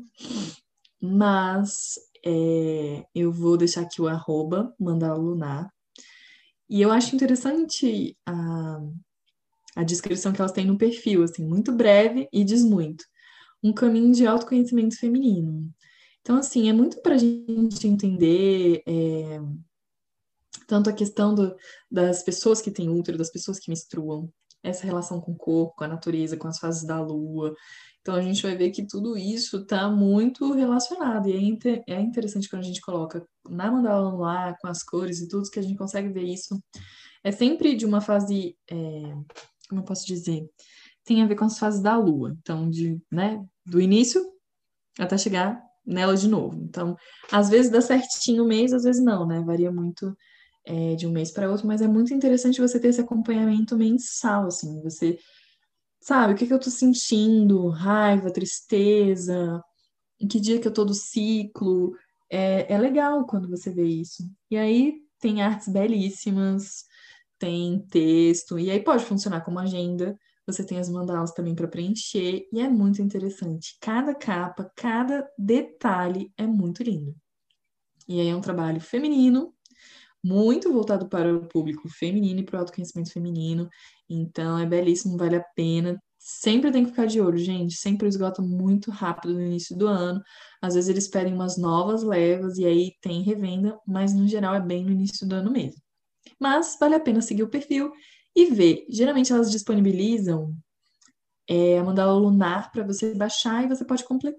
B: mas é, eu vou deixar aqui o arroba Mandala Lunar. E eu acho interessante a, a descrição que elas têm no perfil, assim, muito breve e diz muito. Um caminho de autoconhecimento feminino. Então, assim, é muito para a gente entender é, tanto a questão do, das pessoas que têm útero, das pessoas que menstruam, essa relação com o corpo, com a natureza, com as fases da lua. Então, a gente vai ver que tudo isso está muito relacionado. E é, inter, é interessante quando a gente coloca na mandala lunar, com as cores e tudo, que a gente consegue ver isso. É sempre de uma fase, é, como eu posso dizer, tem a ver com as fases da lua. Então, de, né, do início até chegar nela de novo. Então, às vezes dá certinho o mês, às vezes não, né? Varia muito é, de um mês para outro, mas é muito interessante você ter esse acompanhamento mensal, assim, você sabe o que que eu tô sentindo, raiva, tristeza, em que dia que eu tô do ciclo. É, é legal quando você vê isso. E aí tem artes belíssimas, tem texto, e aí pode funcionar como agenda. Você tem as mandalas também para preencher, e é muito interessante. Cada capa, cada detalhe é muito lindo. E aí é um trabalho feminino, muito voltado para o público feminino e para o autoconhecimento feminino. Então é belíssimo, vale a pena. Sempre tem que ficar de olho, gente. Sempre esgota muito rápido no início do ano. Às vezes eles pedem umas novas levas e aí tem revenda, mas no geral é bem no início do ano mesmo. Mas vale a pena seguir o perfil e ver. Geralmente elas disponibilizam é, a mandala lunar para você baixar e você pode completar.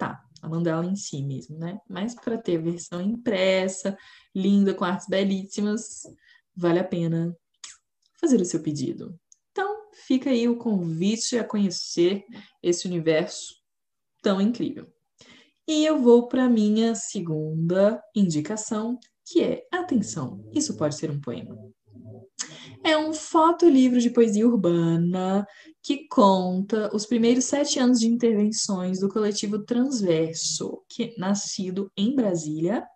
B: a mandala em si mesmo, né? Mas para ter a versão impressa, linda, com artes belíssimas, vale a pena fazer o seu pedido. Então, fica aí o convite a conhecer esse universo tão incrível. E eu vou para a minha segunda indicação, que é, atenção, isso pode ser um poema. É um fotolivro de poesia urbana que conta os primeiros sete anos de intervenções do coletivo Transverso, que nascido em Brasília,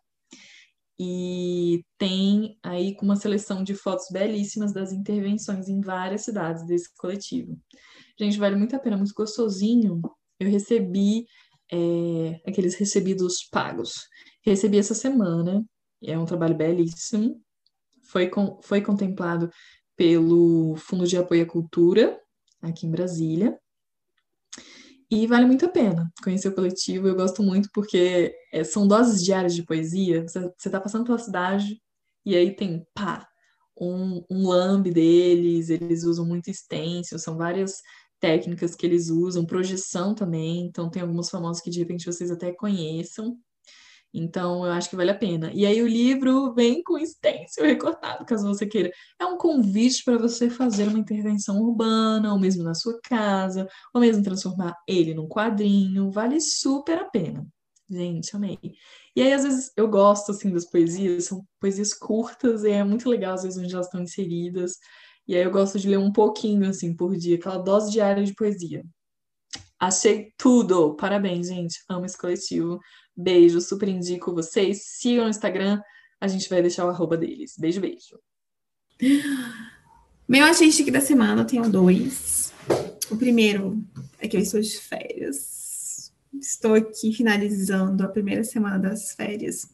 B: e tem aí uma seleção de fotos belíssimas das intervenções em várias cidades desse coletivo. Gente, vale muito a pena, muito gostosinho. Eu recebi é, aqueles recebidos pagos. Recebi essa semana, é um trabalho belíssimo. Foi, com, foi contemplado pelo Fundo de Apoio à Cultura, aqui em Brasília. E vale muito a pena conhecer o coletivo. Eu gosto muito porque é, são doses diárias de poesia. Você está passando pela cidade e aí tem, pá, um, um lambe deles. Eles usam muito stencil, são várias técnicas que eles usam. Projeção também. Então tem alguns famosos que de repente vocês até conheçam. Então, eu acho que vale a pena. E aí, o livro vem com stencil recortado, caso você queira. É um convite para você fazer uma intervenção urbana, ou mesmo na sua casa, ou mesmo transformar ele num quadrinho. Vale super a pena. Gente, amei. E aí, às vezes, eu gosto, assim, das poesias. São poesias curtas e é muito legal, às vezes, onde elas estão inseridas. E aí, eu gosto de ler um pouquinho, assim, por dia. Aquela dose diária de poesia. Achei tudo! Parabéns, gente. Amo esse coletivo. Beijo, super indico vocês. Sigam no Instagram, a gente vai deixar o arroba deles. Beijo, beijo.
A: Meu achei chique da semana, eu tenho dois. O primeiro é que eu estou de férias. Estou aqui finalizando a primeira semana das férias.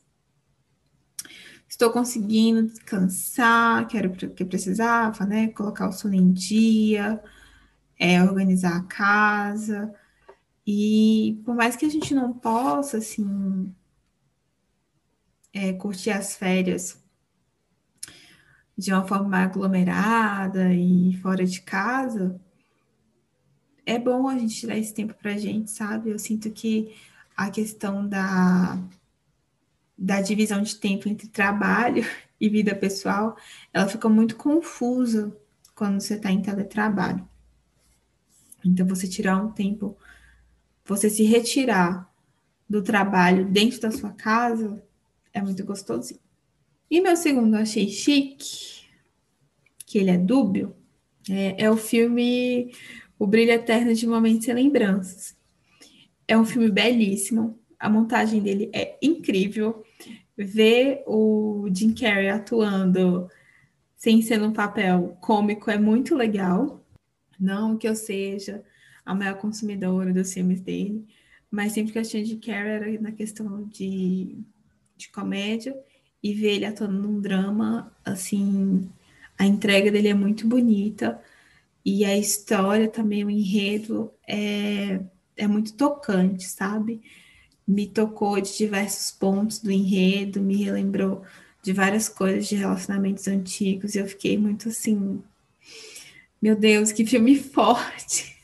A: Estou conseguindo descansar, que era o que precisava, né? Colocar o sono em dia, é, organizar a casa. E por mais que a gente não possa, assim, é, curtir as férias de uma forma mais aglomerada e fora de casa, é bom a gente tirar esse tempo pra gente, sabe? Eu sinto que a questão da, da divisão de tempo entre trabalho e vida pessoal, ela fica muito confusa quando você está em teletrabalho. Então, você tirar um tempo, você se retirar do trabalho dentro da sua casa, é muito gostosinho. E meu segundo eu achei chique, que ele é dúbio, é, é o filme O Brilho Eterno de Momentos e Lembranças. É um filme belíssimo, a montagem dele é incrível. Ver o Jim Carrey atuando sem ser num papel cômico é muito legal. Não que eu seja a maior consumidora dos filmes dele, mas sempre que eu achei Jim Carrey era na questão de, de comédia, e ver ele atuando num drama, assim, a entrega dele é muito bonita, e a história também, o enredo, é, é muito tocante, sabe? Me tocou de diversos pontos do enredo, me relembrou de várias coisas de relacionamentos antigos, e eu fiquei muito assim, meu Deus, que filme forte!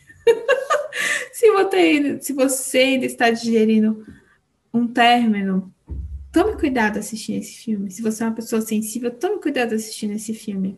A: Se você, se você ainda está digerindo um término, tome cuidado assistindo esse filme. Se você é uma pessoa sensível, tome cuidado assistindo esse filme.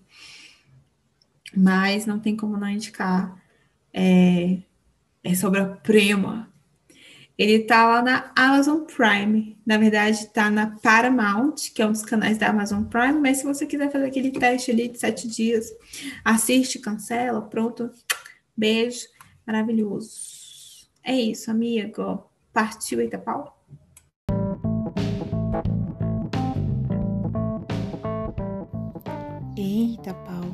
A: Mas não tem como não indicar. É, é sobre a Prima. Ele tá lá na Amazon Prime. Na verdade, tá na Paramount, que é um dos canais da Amazon Prime. Mas se você quiser fazer aquele teste ali de sete dias, assiste, cancela, pronto. Beijo. Maravilhoso. É isso, amigo. Partiu, eita pau? Eita pau.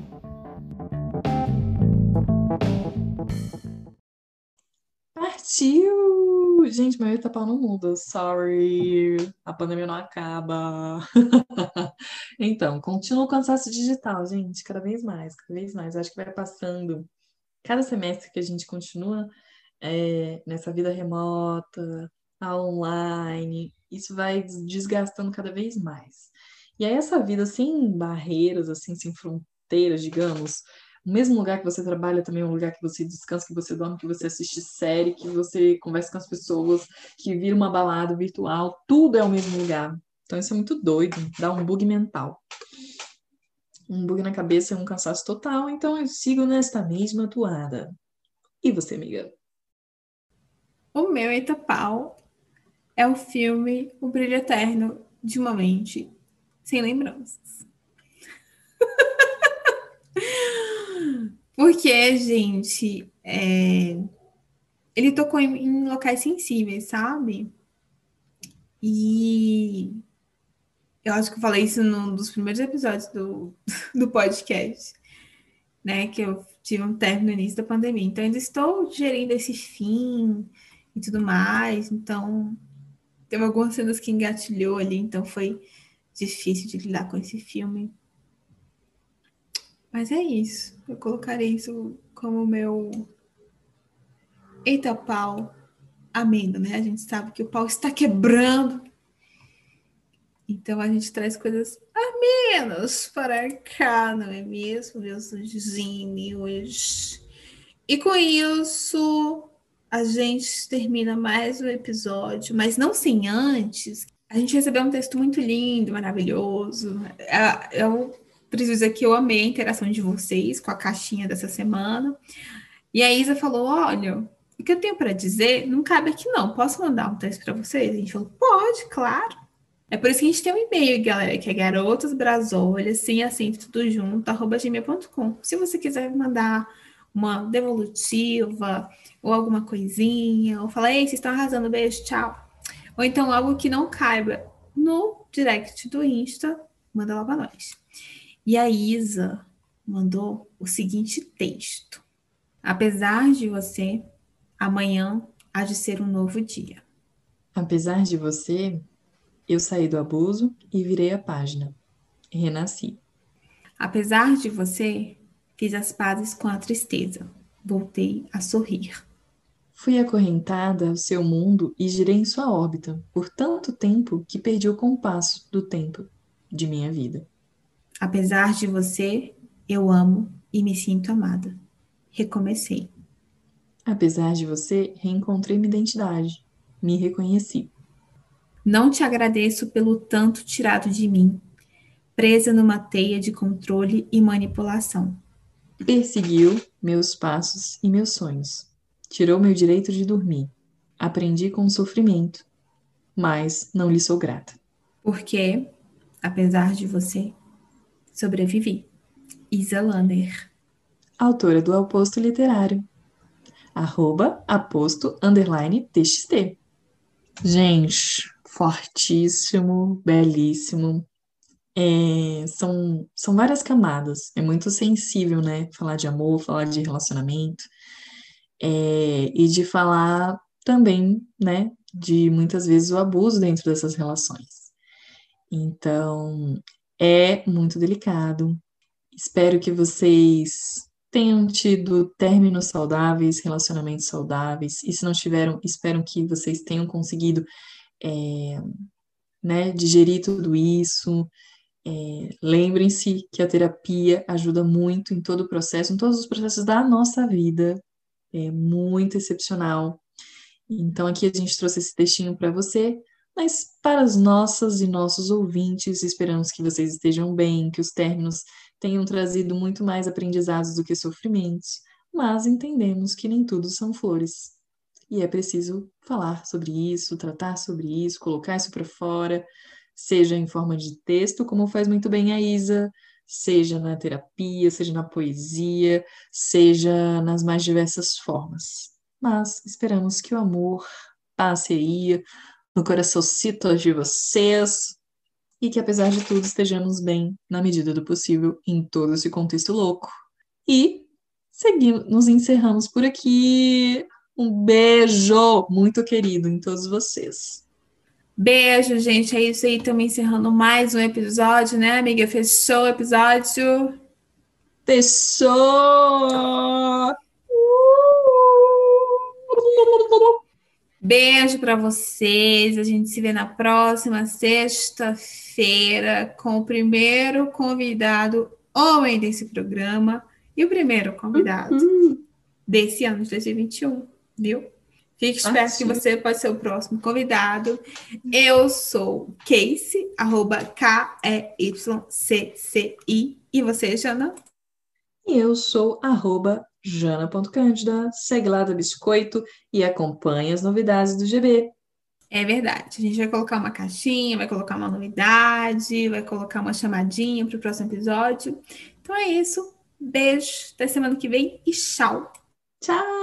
B: Partiu! Gente, meu Eita pau não muda. Sorry. A pandemia não acaba. Então, continua o cansaço digital, gente. Cada vez mais, cada vez mais. Acho que vai passando. Cada semestre que a gente continua é, nessa vida remota, aula online, isso vai desgastando cada vez mais. E aí essa vida sem barreiras, assim, sem fronteiras, digamos, O mesmo lugar que você trabalha também é um lugar que você descansa, que você dorme, que você assiste série, que você conversa com as pessoas, que vira uma balada virtual, tudo é o mesmo lugar. Então isso é muito doido, dá um bug mental. Um bug na cabeça e um cansaço total, então eu sigo nesta mesma toada. E você, amiga?
A: O meu Eita Pau é o filme O Brilho Eterno de uma Mente Sem Lembranças. Porque, gente, é, ele tocou em, em locais sensíveis, sabe? E eu acho que eu falei isso num dos primeiros episódios do, do podcast, né? Que eu tive um término no início da pandemia. Então, ainda estou digerindo esse fim e tudo mais. Então, teve algumas cenas que engatilhou ali, então foi difícil de lidar com esse filme. Mas é isso. Eu colocarei isso como meu Eita pau amendo, né? A gente sabe que o pau está quebrando. Então a gente traz coisas a menos para cá, não é mesmo, meus anjinhos? E com isso, a gente termina mais um episódio, mas não sem antes. A gente recebeu um texto muito lindo, maravilhoso. Eu preciso dizer que eu amei a interação de vocês com a caixinha dessa semana. E a Isa falou: olha, o que eu tenho para dizer não cabe aqui, não. Posso mandar um texto para vocês? A gente falou: pode, claro. É por isso que a gente tem um e-mail, galera, que é garotasbrasolhas, sem acento, tudo junto, arroba gmail ponto com. Se você quiser mandar uma devolutiva ou alguma coisinha, ou falar: ei, vocês estão arrasando, beijo, tchau. Ou então algo que não caiba no direct do Insta, manda lá para nós. E a Isa mandou o seguinte texto: apesar de você, amanhã há de ser um novo dia.
B: Apesar de você, eu saí do abuso e virei a página. Renasci.
A: Apesar de você, fiz as pazes com a tristeza. Voltei a sorrir.
B: Fui acorrentada ao seu mundo e girei em sua órbita por tanto tempo que perdi o compasso do tempo de minha vida.
A: Apesar de você, eu amo e me sinto amada. Recomecei.
B: Apesar de você, reencontrei minha identidade. Me reconheci.
A: Não te agradeço pelo tanto tirado de mim, presa numa teia de controle e manipulação.
B: Perseguiu meus passos e meus sonhos. Tirou meu direito de dormir. Aprendi com o sofrimento, mas não lhe sou grata.
A: Porque, apesar de você, sobrevivi. Isa Lander.
B: Autora do Aposto Literário. Arroba aposto underline txt. Gente, fortíssimo, belíssimo. É, são, são várias camadas. É muito sensível, né? Falar de amor, falar de relacionamento. É, e de falar também, né? De muitas vezes o abuso dentro dessas relações. Então, é muito delicado. Espero que vocês tenham tido términos saudáveis, relacionamentos saudáveis. E se não tiveram, espero que vocês tenham conseguido, é, né, digerir tudo isso. É, lembrem-se que a terapia ajuda muito em todo o processo, em todos os processos da nossa vida. É muito excepcional. Então, aqui a gente trouxe esse textinho para você, mas para as nossas e nossos ouvintes, esperamos que vocês estejam bem, que os términos tenham trazido muito mais aprendizados do que sofrimentos, mas entendemos que nem tudo são flores. E é preciso falar sobre isso, tratar sobre isso, colocar isso para fora, seja em forma de texto, como faz muito bem a Isa, seja na terapia, seja na poesia, seja nas mais diversas formas. Mas esperamos que o amor passe aí no coraçãozito de vocês e que, apesar de tudo, estejamos bem na medida do possível em todo esse contexto louco. E seguimos, nos encerramos por aqui. Um beijo muito querido em todos vocês.
A: Beijo, gente. É isso aí. Estamos encerrando mais um episódio, né, amiga? Fechou o episódio?
B: Fechou!
A: Beijo para vocês. A gente se vê na próxima sexta-feira com o primeiro convidado homem desse programa. E o primeiro convidado
B: Uhum.
A: desse ano de dois mil e vinte e um, viu? Fique esperto
B: Ah,
A: que
B: sim.
A: você pode ser o próximo convidado. Eu sou Casey, arroba K E Y C C I. E você, Jana?
B: E eu sou arroba jana.cândida, segue lá do Biscoito e acompanhe as novidades do G B.
A: É verdade. A gente vai colocar uma caixinha, vai colocar uma novidade, vai colocar uma chamadinha para o próximo episódio. Então é isso. Beijo. Até semana que vem e tchau.
B: Tchau!